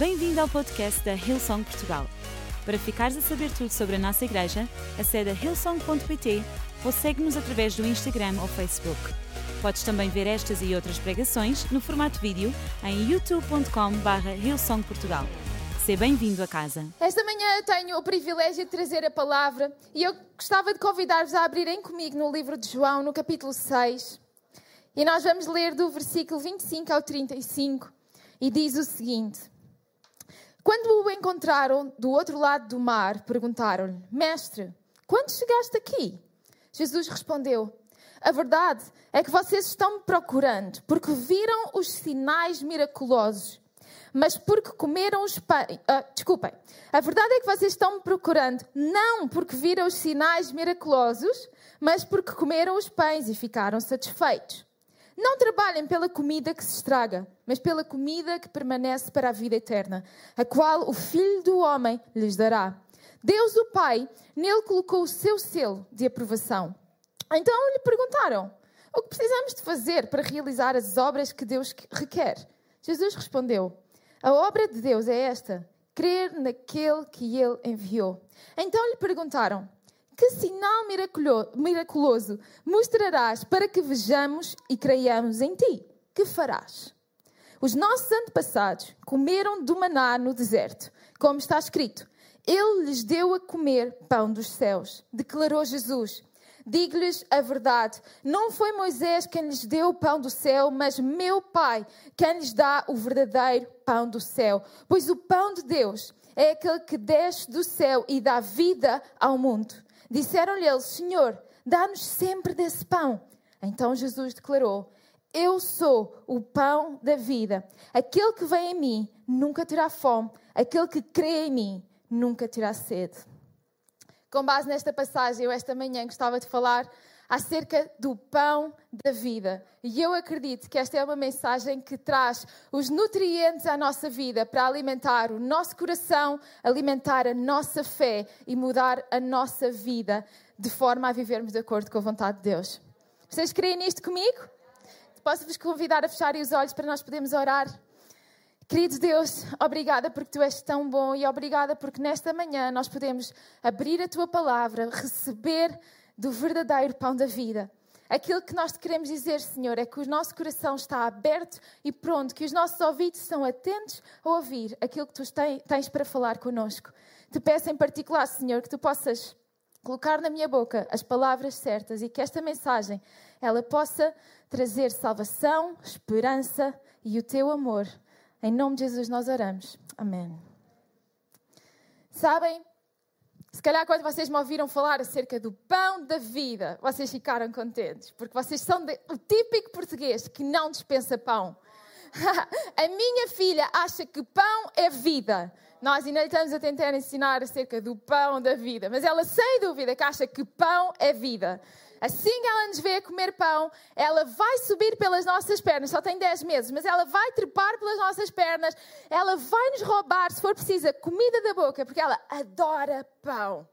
Bem-vindo ao podcast da Hillsong Portugal. Para ficares a saber tudo sobre a nossa igreja, acede a hillsong.pt ou segue-nos através do Instagram ou Facebook. Podes também ver estas e outras pregações no formato vídeo em youtube.com/hillsongportugal. Seja bem-vindo a casa. Esta manhã eu tenho o privilégio de trazer a palavra e eu gostava de convidar-vos a abrirem comigo no livro de João, no capítulo 6. E nós vamos ler do versículo 25 ao 35 e diz o seguinte: Quando o encontraram do outro lado do mar, perguntaram-lhe: Mestre, quando chegaste aqui? Jesus respondeu: A verdade é que vocês estão me procurando porque viram os sinais miraculosos, mas porque comeram os pães... Desculpem. A verdade é que vocês estão me procurando não porque viram os sinais miraculosos, mas porque comeram os pães e ficaram satisfeitos. Não trabalhem pela comida que se estraga, mas pela comida que permanece para a vida eterna, a qual o Filho do Homem lhes dará. Deus, o Pai, nele colocou o seu selo de aprovação. Então lhe perguntaram: o que precisamos de fazer para realizar as obras que Deus requer? Jesus respondeu: a obra de Deus é esta, crer naquele que ele enviou. Então lhe perguntaram: que sinal miraculoso mostrarás para que vejamos e creiamos em ti? Que farás? Os nossos antepassados comeram do maná no deserto, como está escrito: Ele lhes deu a comer pão dos céus, declarou Jesus. Digo-lhes a verdade, não foi Moisés quem lhes deu o pão do céu, mas meu Pai quem lhes dá o verdadeiro pão do céu. Pois o pão de Deus é aquele que desce do céu e dá vida ao mundo. Disseram-lhe eles: Senhor, dá-nos sempre desse pão. Então Jesus declarou: Eu sou o pão da vida. Aquele que vem a mim nunca terá fome. Aquele que crê em mim nunca terá sede. Com base nesta passagem, eu esta manhã gostava de falar acerca do pão da vida. E eu acredito que esta é uma mensagem que traz os nutrientes à nossa vida para alimentar o nosso coração, alimentar a nossa fé e mudar a nossa vida de forma a vivermos de acordo com a vontade de Deus. Vocês creem nisto comigo? Posso-vos convidar a fecharem os olhos para nós podermos orar? Querido Deus, obrigada porque Tu és tão bom e obrigada porque nesta manhã nós podemos abrir a Tua palavra, receber do verdadeiro pão da vida. Aquilo que nós te queremos dizer, Senhor, é que o nosso coração está aberto e pronto, que os nossos ouvidos estão atentos a ouvir aquilo que Tu tens para falar connosco. Te peço em particular, Senhor, que Tu possas colocar na minha boca as palavras certas e que esta mensagem ela possa trazer salvação, esperança e o Teu amor. Em nome de Jesus nós oramos. Amém. Sabem, se calhar quando vocês me ouviram falar acerca do pão da vida, vocês ficaram contentes, porque vocês são o típico português que não dispensa pão. A minha filha acha que pão é vida. Nós ainda estamos a tentar ensinar acerca do pão da vida, mas ela sem dúvida que acha que pão é vida. Assim que ela nos vê a comer pão, ela vai subir pelas nossas pernas, só tem 10 meses, mas ela vai trepar pelas nossas pernas, ela vai nos roubar, se for preciso, a comida da boca, porque ela adora pão.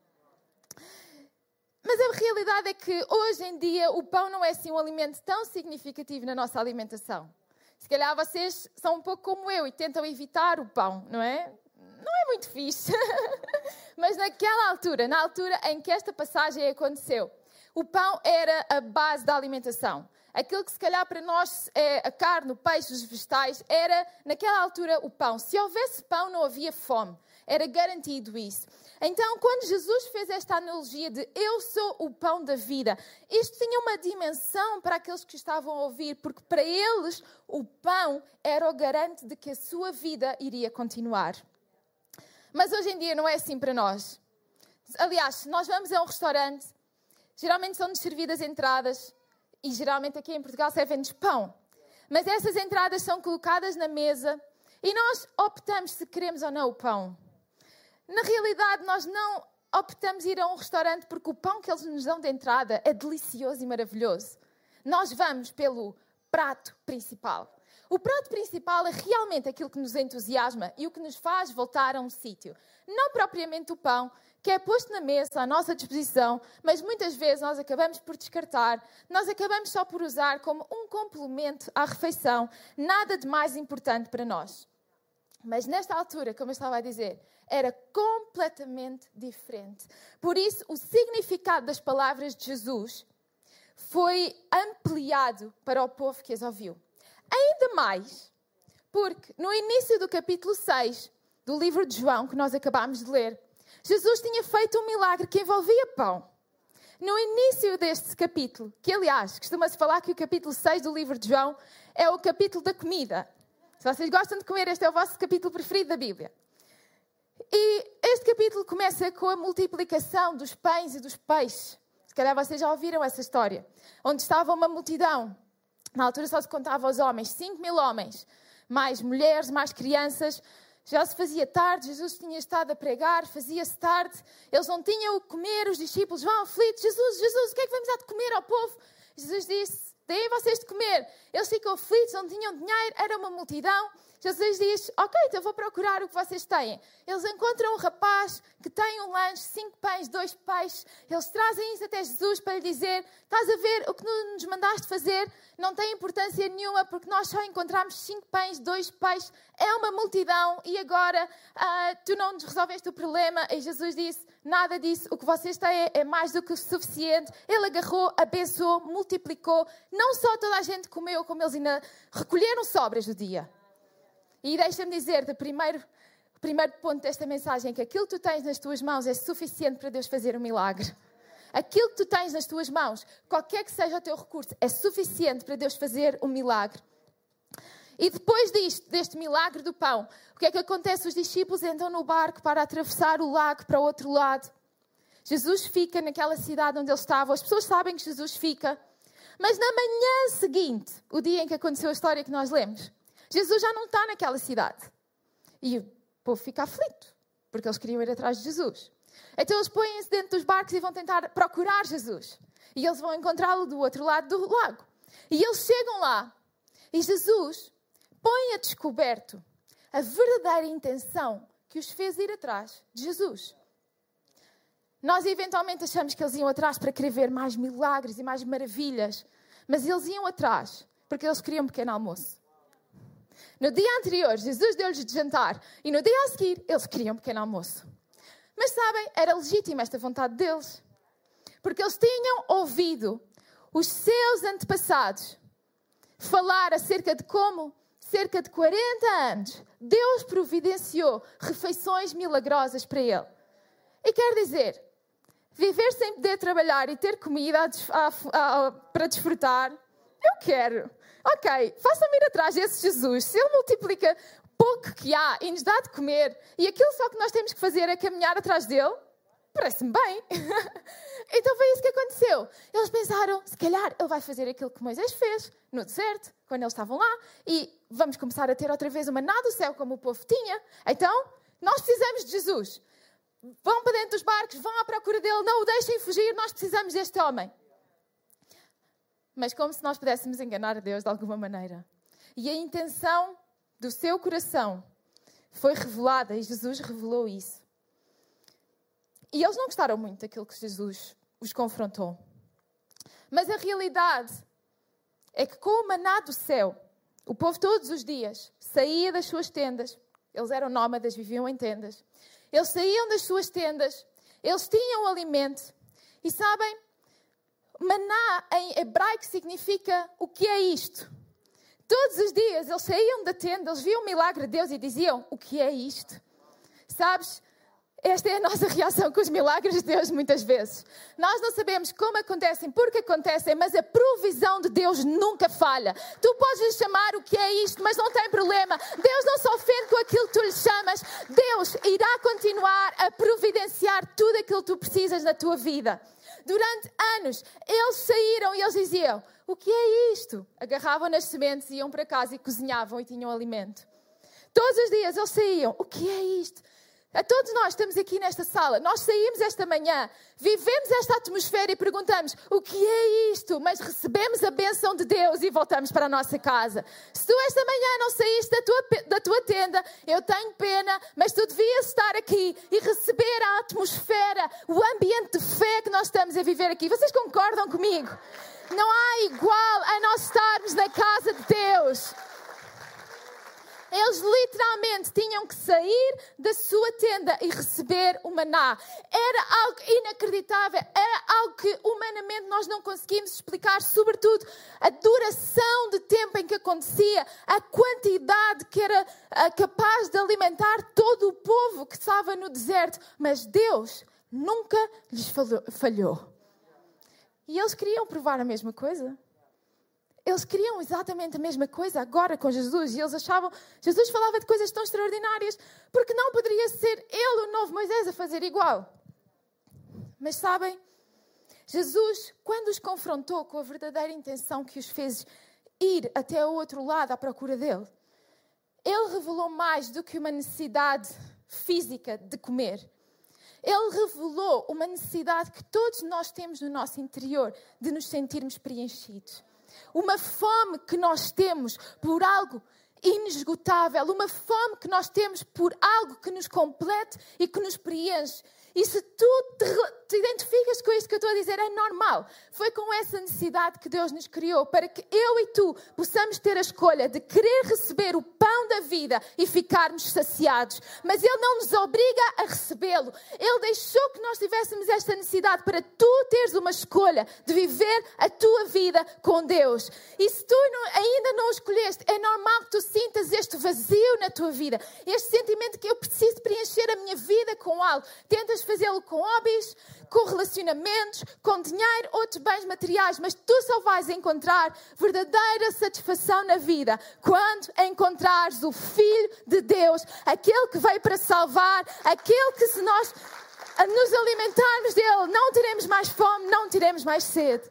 Mas a realidade é que hoje em dia o pão não é assim um alimento tão significativo na nossa alimentação. Se calhar vocês são um pouco como eu e tentam evitar o pão, não é? Não é muito fixe. Mas naquela altura, na altura em que esta passagem aconteceu, o pão era a base da alimentação. Aquilo que se calhar para nós é a carne, o peixe, os vegetais, era naquela altura o pão. Se houvesse pão não havia fome. Era garantido isso. Então, quando Jesus fez esta analogia de eu sou o pão da vida, isto tinha uma dimensão para aqueles que estavam a ouvir, porque para eles o pão era o garante de que a sua vida iria continuar. Mas hoje em dia não é assim para nós. Aliás, se nós vamos a um restaurante, geralmente são-nos servidas entradas e geralmente aqui em Portugal servem-nos pão. Mas essas entradas são colocadas na mesa e nós optamos se queremos ou não o pão. Na realidade, nós não optamos ir a um restaurante porque o pão que eles nos dão de entrada é delicioso e maravilhoso. Nós vamos pelo prato principal. O prato principal é realmente aquilo que nos entusiasma e o que nos faz voltar a um sítio. Não propriamente o pão, que é posto na mesa à nossa disposição, mas muitas vezes nós acabamos por descartar, nós acabamos só por usar como um complemento à refeição, nada de mais importante para nós. Mas nesta altura, como eu estava a dizer, era completamente diferente. Por isso, o significado das palavras de Jesus foi ampliado para o povo que as ouviu. Ainda mais, porque no início do capítulo 6 do livro de João, que nós acabámos de ler, Jesus tinha feito um milagre que envolvia pão. No início deste capítulo, que aliás, costuma-se falar que o capítulo 6 do livro de João é o capítulo da comida. Se vocês gostam de comer, este é o vosso capítulo preferido da Bíblia. E este capítulo começa com a multiplicação dos pães e dos peixes. Se calhar vocês já ouviram essa história. Onde estava uma multidão. Na altura só se contava os homens, 5.000 homens. Mais mulheres, mais crianças. Já se fazia tarde, Jesus tinha estado a pregar, fazia-se tarde. Eles não tinham o que comer, os discípulos vão aflitos. Jesus, o que é que vamos dar de comer ao povo? Jesus disse, deem vocês de comer. Eles ficam aflitos, não tinham dinheiro, era uma multidão. Jesus diz, ok, então vou procurar o que vocês têm. Eles encontram um rapaz que tem um lanche, 5 pães, 2 peixes. Eles trazem isso até Jesus para lhe dizer, estás a ver o que nos mandaste fazer? Não tem importância nenhuma porque nós só encontramos 5 pães, 2 peixes. É uma multidão e agora tu não nos resolveste o problema. E Jesus disse, nada disso, o que vocês têm é mais do que o suficiente. Ele agarrou, abençoou, multiplicou. Não só toda a gente comeu, como eles ainda recolheram sobras do dia. E deixa-me dizer-te, o primeiro ponto desta mensagem é que aquilo que tu tens nas tuas mãos é suficiente para Deus fazer um milagre. Aquilo que tu tens nas tuas mãos, qualquer que seja o teu recurso, é suficiente para Deus fazer um milagre. E depois deste milagre do pão, o que é que acontece? Os discípulos entram no barco para atravessar o lago para o outro lado. Jesus fica naquela cidade onde eles estavam. As pessoas sabem que Jesus fica. Mas na manhã seguinte, o dia em que aconteceu a história que nós lemos, Jesus já não está naquela cidade. E o povo fica aflito, porque eles queriam ir atrás de Jesus. Então eles põem-se dentro dos barcos e vão tentar procurar Jesus. E eles vão encontrá-lo do outro lado do lago. E eles chegam lá. E Jesus põe a descoberto a verdadeira intenção que os fez ir atrás de Jesus. Nós eventualmente achamos que eles iam atrás para querer ver mais milagres e mais maravilhas. Mas eles iam atrás porque eles queriam um pequeno almoço. No dia anterior, Jesus deu-lhes de jantar. E no dia a seguir, eles queriam um pequeno almoço. Mas sabem, era legítima esta vontade deles. Porque eles tinham ouvido os seus antepassados falar acerca de como, cerca de 40 anos, Deus providenciou refeições milagrosas para ele. E quer dizer, viver sem poder trabalhar e ter comida para desfrutar, eu quero. Ok, façam-me ir atrás desse Jesus. Se ele multiplica pouco que há e nos dá de comer, e aquilo só que nós temos que fazer é caminhar atrás dele, parece-me bem. Então foi isso que aconteceu. Eles pensaram, se calhar ele vai fazer aquilo que Moisés fez no deserto, quando eles estavam lá, e vamos começar a ter outra vez o maná do céu como o povo tinha. Então, nós precisamos de Jesus. Vão para dentro dos barcos, vão à procura dele, não o deixem fugir, nós precisamos deste homem. Mas como se nós pudéssemos enganar a Deus de alguma maneira. E a intenção do seu coração foi revelada e Jesus revelou isso. E eles não gostaram muito daquilo que Jesus os confrontou. Mas a realidade é que com o maná do céu, o povo todos os dias saía das suas tendas. Eles eram nómadas, viviam em tendas. Eles saíam das suas tendas, eles tinham alimento. E sabem, maná em hebraico significa o que é isto? Todos os dias eles saíam da tenda, eles viam o milagre de Deus e diziam, o que é isto? Sabes, esta é a nossa reação com os milagres de Deus muitas vezes. Nós não sabemos como acontecem, porque acontecem, mas a provisão de Deus nunca falha. Tu podes lhe chamar o que é isto, mas não tem problema. Deus não se ofende com aquilo que tu lhe chamas. Deus irá continuar a providenciar tudo aquilo que tu precisas na tua vida. Durante anos, eles saíram e eles diziam, o que é isto? Agarravam nas sementes, iam para casa e cozinhavam e tinham alimento. Todos os dias eles saíam, o que é isto? A todos nós estamos aqui nesta sala, nós saímos esta manhã, vivemos esta atmosfera e perguntamos, o que é isto? Mas recebemos a bênção de Deus e voltamos para a nossa casa. Se tu esta manhã não saíste da tua tenda, eu tenho pena, mas tu devias estar aqui e receber a atmosfera, o ambiente de fé que nós estamos a viver aqui. Vocês concordam comigo? Não há igual a nós estarmos na casa de Deus. Eles literalmente tinham que sair da sua tenda e receber o maná. Era algo inacreditável, era algo que humanamente nós não conseguimos explicar, sobretudo a duração de tempo em que acontecia, a quantidade que era capaz de alimentar todo o povo que estava no deserto. Mas Deus nunca lhes falhou. E eles queriam provar a mesma coisa. Eles queriam exatamente a mesma coisa agora com Jesus. E eles achavam, Jesus falava de coisas tão extraordinárias, porque não poderia ser ele, o novo Moisés, a fazer igual. Mas sabem, Jesus, quando os confrontou com a verdadeira intenção que os fez ir até o outro lado à procura dele, ele revelou mais do que uma necessidade física de comer. Ele revelou uma necessidade que todos nós temos no nosso interior de nos sentirmos preenchidos. Uma fome que nós temos por algo inesgotável. Uma fome que nós temos por algo que nos complete e que nos preenche. E se tu te identificas com isto que eu estou a dizer, é normal. Foi com essa necessidade que Deus nos criou, para que eu e tu possamos ter a escolha de querer receber o pão da vida e ficarmos saciados. Mas Ele não nos obriga a recebê-lo. Ele deixou que nós tivéssemos esta necessidade para tu teres uma escolha de viver a tua vida com Deus. E se tu ainda não o escolheste, é normal que tu sintas este vazio na tua vida. Este sentimento que eu preciso preencher a minha vida com algo. Tentas fazê-lo com hobbies, com relacionamentos, com dinheiro, outros bens materiais, mas tu só vais encontrar verdadeira satisfação na vida quando encontrares o Filho de Deus, aquele que veio para salvar, aquele que, se nós nos alimentarmos dele, não teremos mais fome, não teremos mais sede.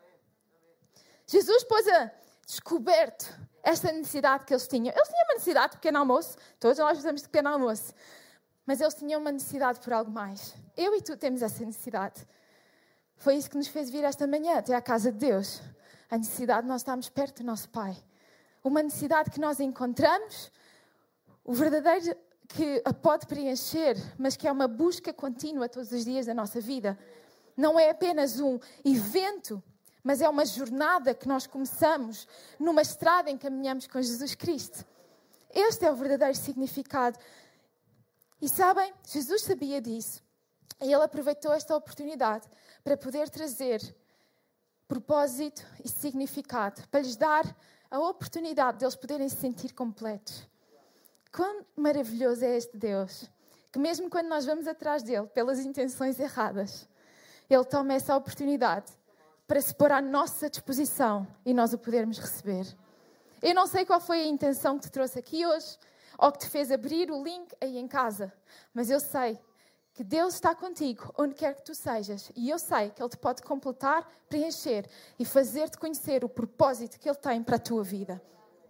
Jesus pôs a descoberto esta necessidade que eles tinham. Eles tinham uma necessidade de pequeno almoço, todos nós precisamos de pequeno almoço. Mas eles tinham uma necessidade por algo mais. Eu e tu temos essa necessidade. Foi isso que nos fez vir esta manhã até à casa de Deus. A necessidade de nós estarmos perto do nosso Pai. Uma necessidade que nós encontramos, o verdadeiro que a pode preencher, mas que é uma busca contínua todos os dias da nossa vida. Não é apenas um evento, mas é uma jornada que nós começamos numa estrada em que caminhamos com Jesus Cristo. Este é o verdadeiro significado. E sabem, Jesus sabia disso. E Ele aproveitou esta oportunidade para poder trazer propósito e significado, para lhes dar a oportunidade de eles poderem se sentir completos. Quão maravilhoso é este Deus, que mesmo quando nós vamos atrás dele, pelas intenções erradas, Ele toma essa oportunidade para se pôr à nossa disposição e nós o podermos receber. Eu não sei qual foi a intenção que te trouxe aqui hoje, ou que te fez abrir o link aí em casa. Mas eu sei que Deus está contigo, onde quer que tu sejas. E eu sei que Ele te pode completar, preencher e fazer-te conhecer o propósito que Ele tem para a tua vida.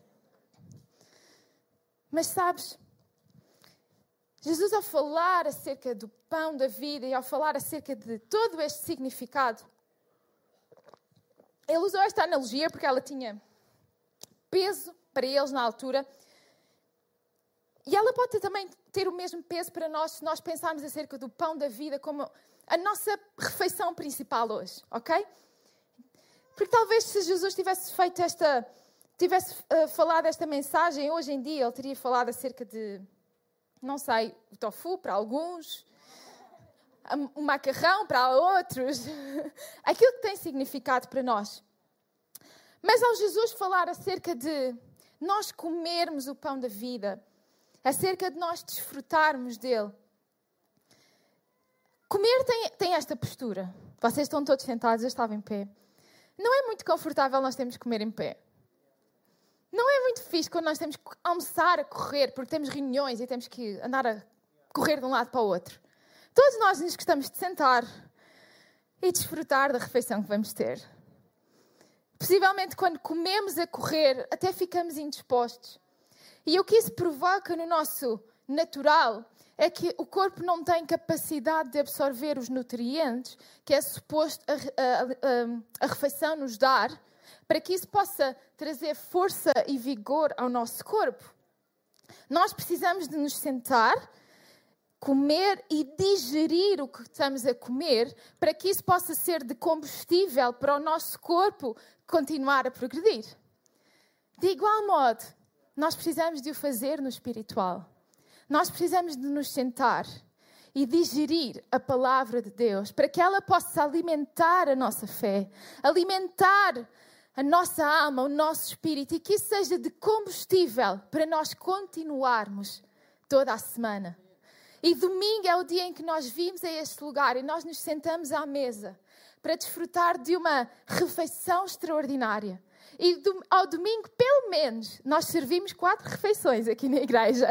Mas sabes, Jesus, ao falar acerca do pão da vida e ao falar acerca de todo este significado, Ele usou esta analogia porque ela tinha peso para eles na altura. E ela pode também ter o mesmo peso para nós se nós pensarmos acerca do pão da vida como a nossa refeição principal hoje, ok? Porque talvez se Jesus tivesse falado esta mensagem hoje em dia, Ele teria falado acerca de, não sei, o tofu para alguns, o macarrão para outros, aquilo que tem significado para nós. Mas ao Jesus falar acerca de nós comermos o pão da vida, acerca de nós desfrutarmos dele. Comer tem esta postura. Vocês estão todos sentados, eu estava em pé. Não é muito confortável nós termos que comer em pé. Não é muito fixe quando nós temos que almoçar a correr, porque temos reuniões e temos que andar a correr de um lado para o outro. Todos nós nos gostamos de sentar e desfrutar da refeição que vamos ter. Possivelmente quando comemos a correr, até ficamos indispostos. E o que isso provoca no nosso natural é que o corpo não tem capacidade de absorver os nutrientes que é suposto a refeição nos dar, para que isso possa trazer força e vigor ao nosso corpo. Nós precisamos de nos sentar, comer e digerir o que estamos a comer, para que isso possa ser de combustível para o nosso corpo continuar a progredir. De igual modo, nós precisamos de o fazer no espiritual. Nós precisamos de nos sentar e digerir a palavra de Deus para que ela possa alimentar a nossa fé, alimentar a nossa alma, o nosso espírito, e que isso seja de combustível para nós continuarmos toda a semana. E domingo é o dia em que nós vimos a este lugar e nós nos sentamos à mesa para desfrutar de uma refeição extraordinária. E ao domingo, pelo menos, nós servimos 4 refeições aqui na igreja.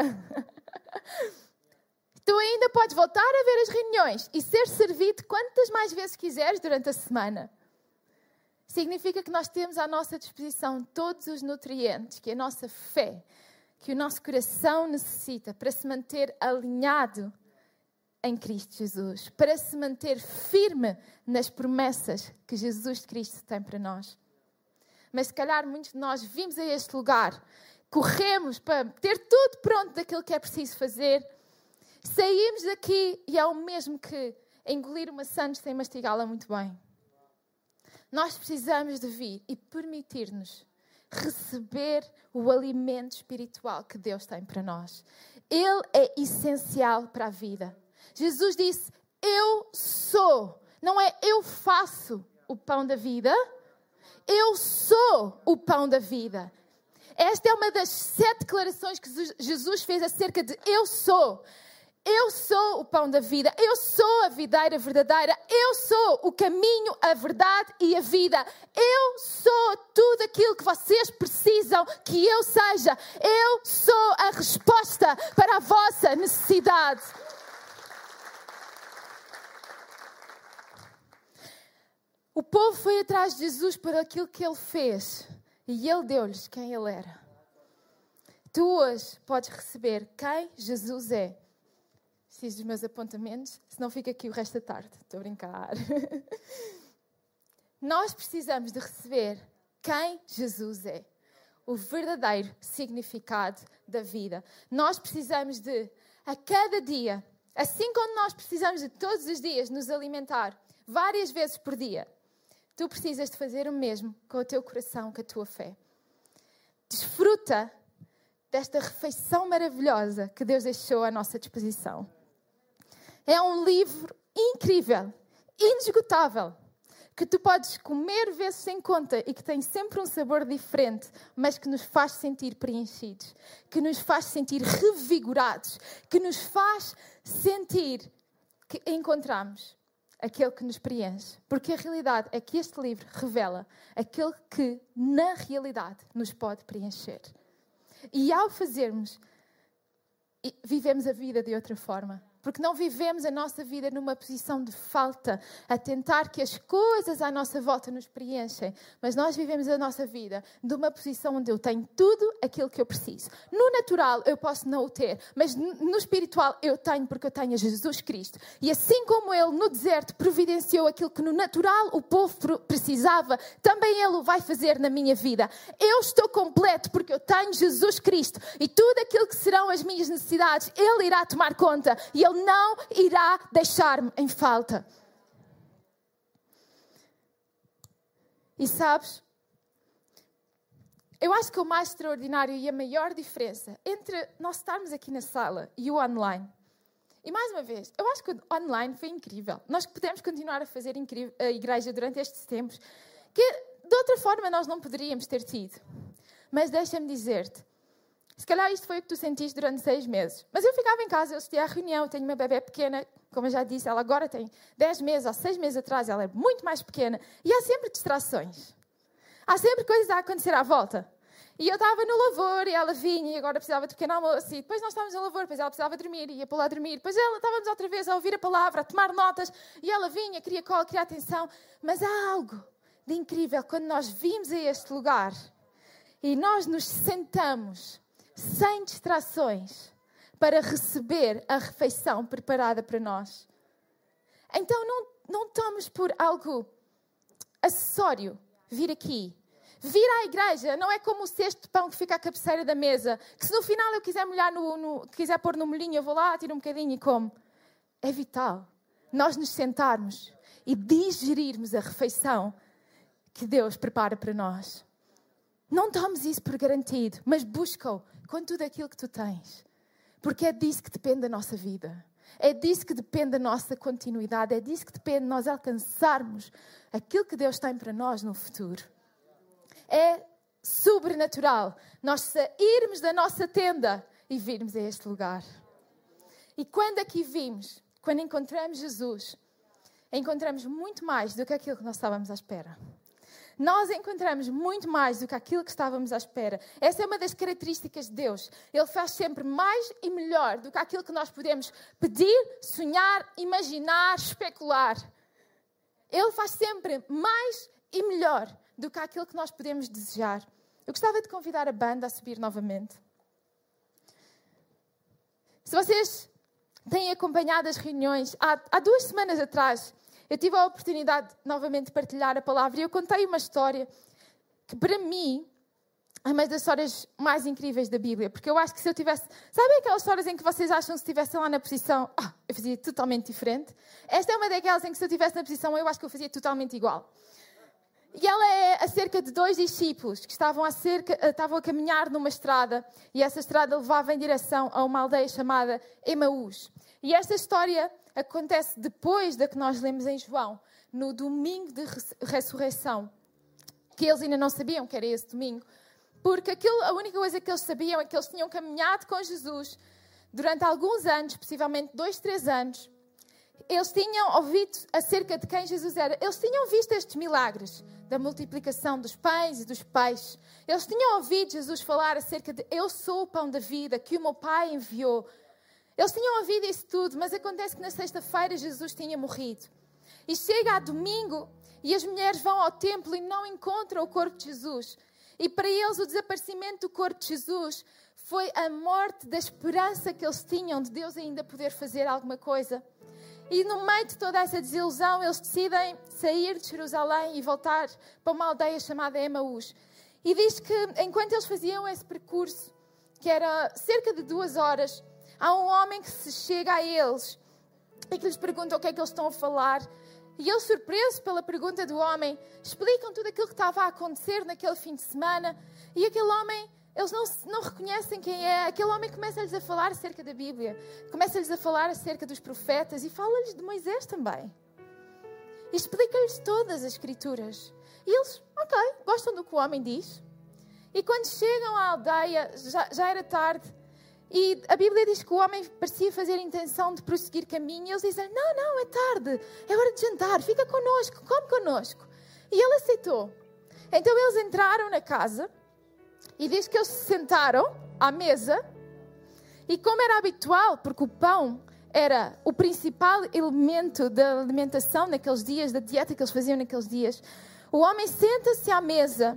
Tu ainda podes voltar a ver as reuniões e ser servido quantas mais vezes quiseres durante a semana. Significa que nós temos à nossa disposição todos os nutrientes que a nossa fé, que o nosso coração necessita para se manter alinhado em Cristo Jesus, para se manter firme nas promessas que Jesus Cristo tem para nós. Mas se calhar muitos de nós vimos a este lugar, corremos para ter tudo pronto daquilo que é preciso fazer, saímos daqui e é o mesmo que engolir uma sandes sem mastigá-la muito bem. Nós precisamos de vir e permitir-nos receber o alimento espiritual que Deus tem para nós. Ele é essencial para a vida. Jesus disse, eu sou, não é eu faço o pão da vida, eu sou o pão da vida. Esta é uma das 7 declarações que Jesus fez acerca de eu sou. Eu sou o pão da vida, eu sou a videira verdadeira, eu sou o caminho, a verdade e a vida. Eu sou tudo aquilo que vocês precisam que eu seja. Eu sou a resposta para a vossa necessidade. O povo foi atrás de Jesus por aquilo que ele fez e ele deu-lhes quem ele era. Tu hoje podes receber quem Jesus é. Preciso dos meus apontamentos, senão fica aqui o resto da tarde. Estou a brincar. Nós precisamos de receber quem Jesus é. O verdadeiro significado da vida. Nós precisamos de, a cada dia, assim como nós precisamos de todos os dias nos alimentar, várias vezes por dia, tu precisas de fazer o mesmo com o teu coração, com a tua fé. Desfruta desta refeição maravilhosa que Deus deixou à nossa disposição. É um livro incrível, inesgotável, que tu podes comer vezes sem conta e que tem sempre um sabor diferente, mas que nos faz sentir preenchidos, que nos faz sentir revigorados, que nos faz sentir que encontramos aquele que nos preenche. Porque a realidade é que este livro revela aquele que, na realidade, nos pode preencher. E ao fazermos, vivemos a vida de outra forma. Porque não vivemos a nossa vida numa posição de falta, a tentar que as coisas à nossa volta nos preenchem. Mas nós vivemos a nossa vida numa posição onde eu tenho tudo aquilo que eu preciso. No natural eu posso não o ter, mas no espiritual eu tenho, porque eu tenho a Jesus Cristo. E assim como Ele no deserto providenciou aquilo que no natural o povo precisava, também Ele o vai fazer na minha vida. Eu estou completo porque eu tenho Jesus Cristo. E tudo aquilo que serão as minhas necessidades, Ele irá tomar conta. E Ele não irá deixar-me em falta. E sabes, eu acho que o mais extraordinário e a maior diferença entre nós estarmos aqui na sala e o online, e mais uma vez, eu acho que o online foi incrível. Nós podemos continuar a fazer a igreja durante estes tempos, que de outra forma nós não poderíamos ter tido. Mas deixa-me dizer-te, se calhar isto foi o que tu sentiste durante 6 meses. Mas eu ficava em casa, eu assistia à reunião, eu tenho uma bebé pequena, como eu já disse, ela agora tem 10 meses ou 6 meses atrás, ela é muito mais pequena. E há sempre distrações. Há sempre coisas a acontecer à volta. E eu estava no louvor e ela vinha e agora precisava de pequeno almoço. E depois nós estávamos no louvor, depois ela precisava dormir e ia para lá dormir. Depois estávamos outra vez a ouvir a palavra, a tomar notas. E ela vinha, queria cola, queria atenção. Mas há algo de incrível quando nós vimos a este lugar e nós nos sentamos sem distrações, para receber a refeição preparada para nós. Então não tomes por algo acessório vir aqui. Vir à igreja não é como o cesto de pão que fica à cabeceira da mesa, que se no final eu quiser molhar quiser pôr no molhinho, eu vou lá, tiro um bocadinho e como. É vital nós nos sentarmos e digerirmos a refeição que Deus prepara para nós. Não tomes isso por garantido, mas busca-o com tudo aquilo que tu tens. Porque é disso que depende a nossa vida. É disso que depende a nossa continuidade. É disso que depende nós alcançarmos aquilo que Deus tem para nós no futuro. É sobrenatural nós sairmos da nossa tenda e virmos a este lugar. E quando aqui vimos, quando encontramos Jesus, encontramos muito mais do que aquilo que nós estávamos à espera. Nós encontramos muito mais do que aquilo que estávamos à espera. Essa é uma das características de Deus. Ele faz sempre mais e melhor do que aquilo que nós podemos pedir, sonhar, imaginar, especular. Ele faz sempre mais e melhor do que aquilo que nós podemos desejar. Eu gostava de convidar a banda a subir novamente. Se vocês têm acompanhado as reuniões, há 2 semanas atrás, eu tive a oportunidade novamente de partilhar a palavra e eu contei uma história que para mim é uma das histórias mais incríveis da Bíblia. Porque eu acho que se eu tivesse... Sabem aquelas histórias em que vocês acham que se estivessem lá na posição, eu fazia totalmente diferente? Esta é uma daquelas em que se eu estivesse na posição, eu acho que eu fazia totalmente igual. E ela é acerca de 2 discípulos que estavam a caminhar numa estrada e essa estrada levava em direção a uma aldeia chamada Emaús. E esta história acontece depois da que nós lemos em João, no domingo de ressurreição, que eles ainda não sabiam que era esse domingo, porque a única coisa que eles sabiam é que eles tinham caminhado com Jesus durante alguns anos, possivelmente 2, 3 anos. Eles tinham ouvido acerca de quem Jesus era. Eles tinham visto estes milagres da multiplicação dos pães e dos peixes. Eles tinham ouvido Jesus falar acerca de eu sou o pão da vida, que o meu Pai enviou. Eles tinham ouvido isso tudo, mas acontece que na sexta-feira Jesus tinha morrido. E chega a domingo e as mulheres vão ao templo e não encontram o corpo de Jesus. E para eles o desaparecimento do corpo de Jesus foi a morte da esperança que eles tinham de Deus ainda poder fazer alguma coisa. E no meio de toda essa desilusão, eles decidem sair de Jerusalém e voltar para uma aldeia chamada Emaús. E diz que enquanto eles faziam esse percurso, que era cerca de 2 horas, há um homem que se chega a eles e que lhes pergunta o que é que eles estão a falar. E eles, surpresos pela pergunta do homem, explicam tudo aquilo que estava a acontecer naquele fim de semana. E aquele homem, eles não reconhecem quem é. Aquele homem começa-lhes a falar acerca da Bíblia. Começa-lhes a falar acerca dos profetas e fala-lhes de Moisés também. E explica-lhes todas as Escrituras. E eles, gostam do que o homem diz. E quando chegam à aldeia, já era tarde. E a Bíblia diz que o homem parecia fazer a intenção de prosseguir caminho. E eles dizem, não, é tarde. É hora de jantar. Fica connosco, come connosco. E ele aceitou. Então eles entraram na casa. E diz que eles se sentaram à mesa e como era habitual, porque o pão era o principal elemento da alimentação naqueles dias, da dieta que eles faziam naqueles dias, o homem senta-se à mesa,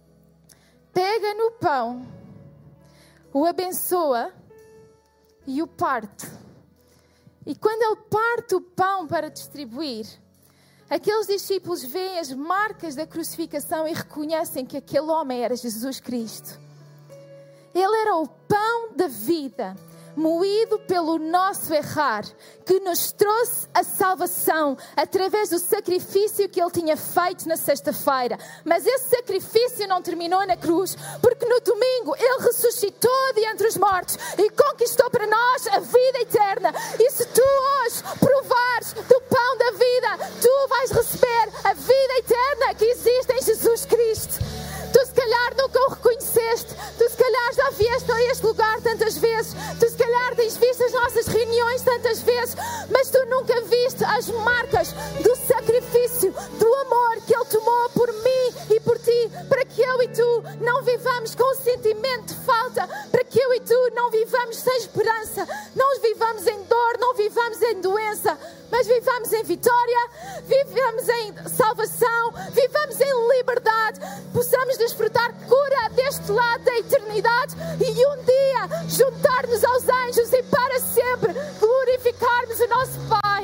pega no pão, o abençoa e o parte. E quando ele parte o pão para distribuir, aqueles discípulos veem as marcas da crucificação e reconhecem que aquele homem era Jesus Cristo. Ele era o pão da vida, moído pelo nosso errar, que nos trouxe a salvação através do sacrifício que Ele tinha feito na sexta-feira. Mas esse sacrifício não terminou na cruz, porque no domingo Ele ressuscitou de entre os mortos e conquistou para nós a vida eterna. E se tu hoje provares do pão da vida, tu vais receber a vida eterna que existe em Jesus Cristo. Tu se calhar nunca o reconheceste, tu se calhar já vieste a este lugar tantas vezes, tu se calhar tens visto as nossas reuniões tantas vezes, mas tu nunca viste as marcas do sacrifício, do amor que Ele tomou por mim e por ti, para que eu e tu não vivamos com o sentimento de falta, para que eu e tu não vivamos sem esperança, não vivamos em dor, não vivamos em doença, mas vivamos em vitória, vivamos em salvação, vivamos em liberdade, possamos desfrutar cura deste lado da eternidade e um dia juntar-nos aos anjos e para sempre glorificarmos o nosso Pai.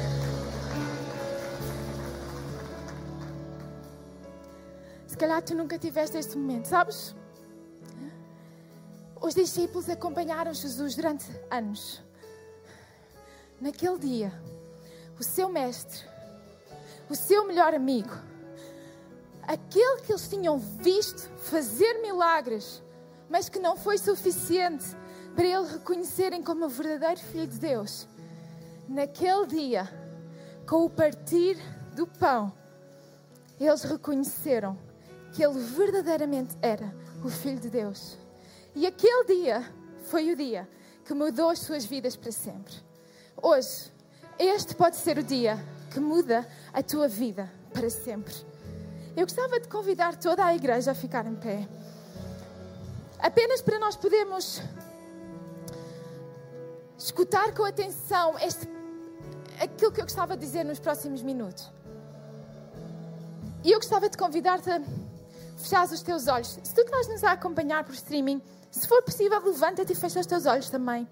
Se calhar tu nunca tiveste este momento, sabes? Os discípulos acompanharam Jesus durante anos. Naquele dia, o seu mestre, o seu melhor amigo, aquele que eles tinham visto fazer milagres, mas que não foi suficiente para eles reconhecerem como o verdadeiro Filho de Deus. Naquele dia, com o partir do pão, eles reconheceram que Ele verdadeiramente era o Filho de Deus. E aquele dia foi o dia que mudou as suas vidas para sempre. Hoje, este pode ser o dia que muda a tua vida para sempre. Eu gostava de convidar toda a igreja a ficar em pé. Apenas para nós podermos escutar com atenção aquilo que eu gostava de dizer nos próximos minutos. E eu gostava de convidar-te a fechar os teus olhos. Se tu estás-nos a acompanhar por streaming, se for possível, levanta-te e fecha os teus olhos também.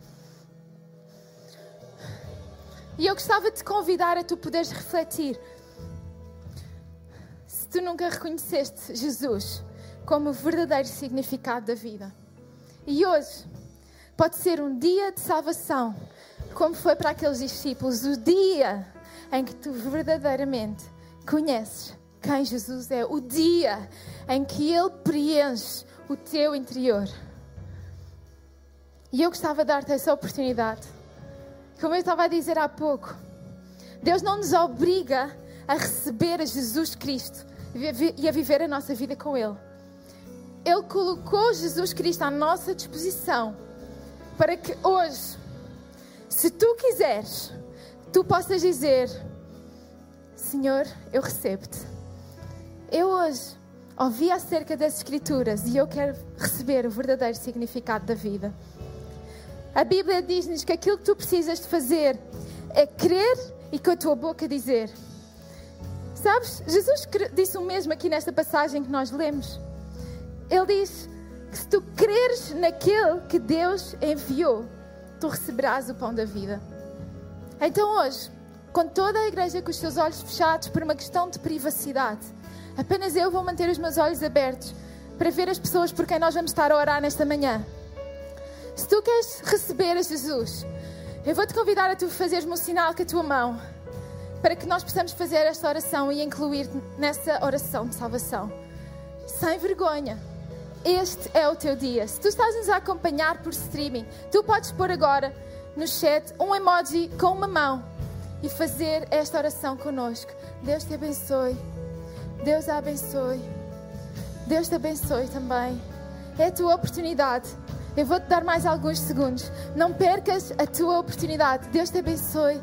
E eu gostava de te convidar a tu poderes refletir. Se tu nunca reconheceste Jesus como o verdadeiro significado da vida. E hoje pode ser um dia de salvação, como foi para aqueles discípulos, o dia em que tu verdadeiramente conheces quem Jesus é, o dia em que Ele preenche o teu interior. E eu gostava de dar-te essa oportunidade. Como eu estava a dizer há pouco, Deus não nos obriga a receber a Jesus Cristo e a viver a nossa vida com Ele. Ele colocou Jesus Cristo à nossa disposição para que hoje, se tu quiseres, tu possas dizer: Senhor, eu recebo-te. Eu hoje ouvi acerca das Escrituras e eu quero receber o verdadeiro significado da vida. A Bíblia diz-nos que aquilo que tu precisas de fazer é crer e com a tua boca dizer. Sabes, Jesus disse o mesmo aqui nesta passagem que nós lemos. Ele diz que se tu creres naquele que Deus enviou, tu receberás o pão da vida. Então hoje, com toda a igreja com os seus olhos fechados por uma questão de privacidade, apenas eu vou manter os meus olhos abertos para ver as pessoas por quem nós vamos estar a orar nesta manhã. Se tu queres receber a Jesus, eu vou-te convidar a tu fazeres-me um sinal com a tua mão para que nós possamos fazer esta oração e incluir-te nessa oração de salvação. Sem vergonha. Este é o teu dia. Se tu estás-nos a acompanhar por streaming, tu podes pôr agora no chat um emoji com uma mão e fazer esta oração connosco. Deus te abençoe. Deus a abençoe. Deus te abençoe também. É a tua oportunidade. Eu vou-te dar mais alguns segundos. Não percas a tua oportunidade. Deus te abençoe.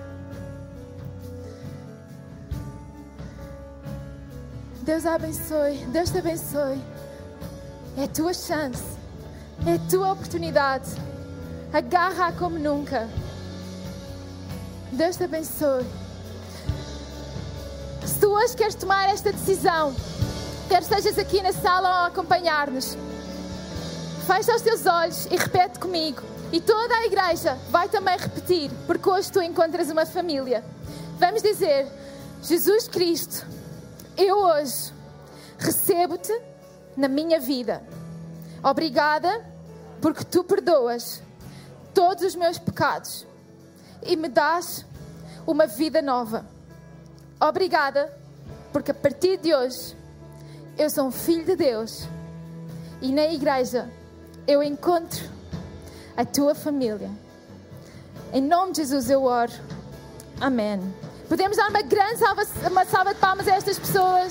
Deus a abençoe. Deus te abençoe. É a tua chance. É a tua oportunidade. Agarra-a como nunca. Deus te abençoe. Se tu hoje queres tomar esta decisão, quer estejas aqui na sala ou a acompanhar-nos, fecha os teus olhos e repete comigo. E toda a igreja vai também repetir, porque hoje tu encontras uma família. Vamos dizer: Jesus Cristo, eu hoje recebo-te na minha vida. Obrigada porque tu perdoas todos os meus pecados e me dás uma vida nova. Obrigada porque a partir de hoje eu sou um filho de Deus e na igreja eu encontro a tua família. Em nome de Jesus eu oro. Amém. Podemos dar uma salva de palmas a estas pessoas.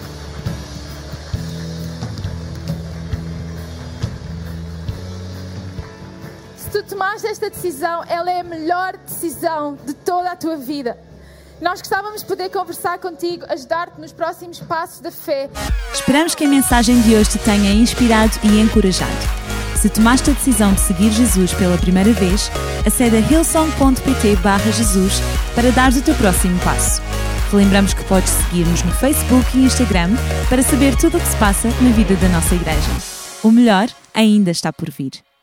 Se tu tomaste esta decisão, ela é a melhor decisão de toda a tua vida. Nós gostávamos de poder conversar contigo, ajudar-te nos próximos passos da fé. Esperamos que a mensagem de hoje te tenha inspirado e encorajado. Se tomaste a decisão de seguir Jesus pela primeira vez, acede a hillsong.pt/Jesus para dares o teu próximo passo. Te lembramos que podes seguir-nos no Facebook e Instagram para saber tudo o que se passa na vida da nossa igreja. O melhor ainda está por vir.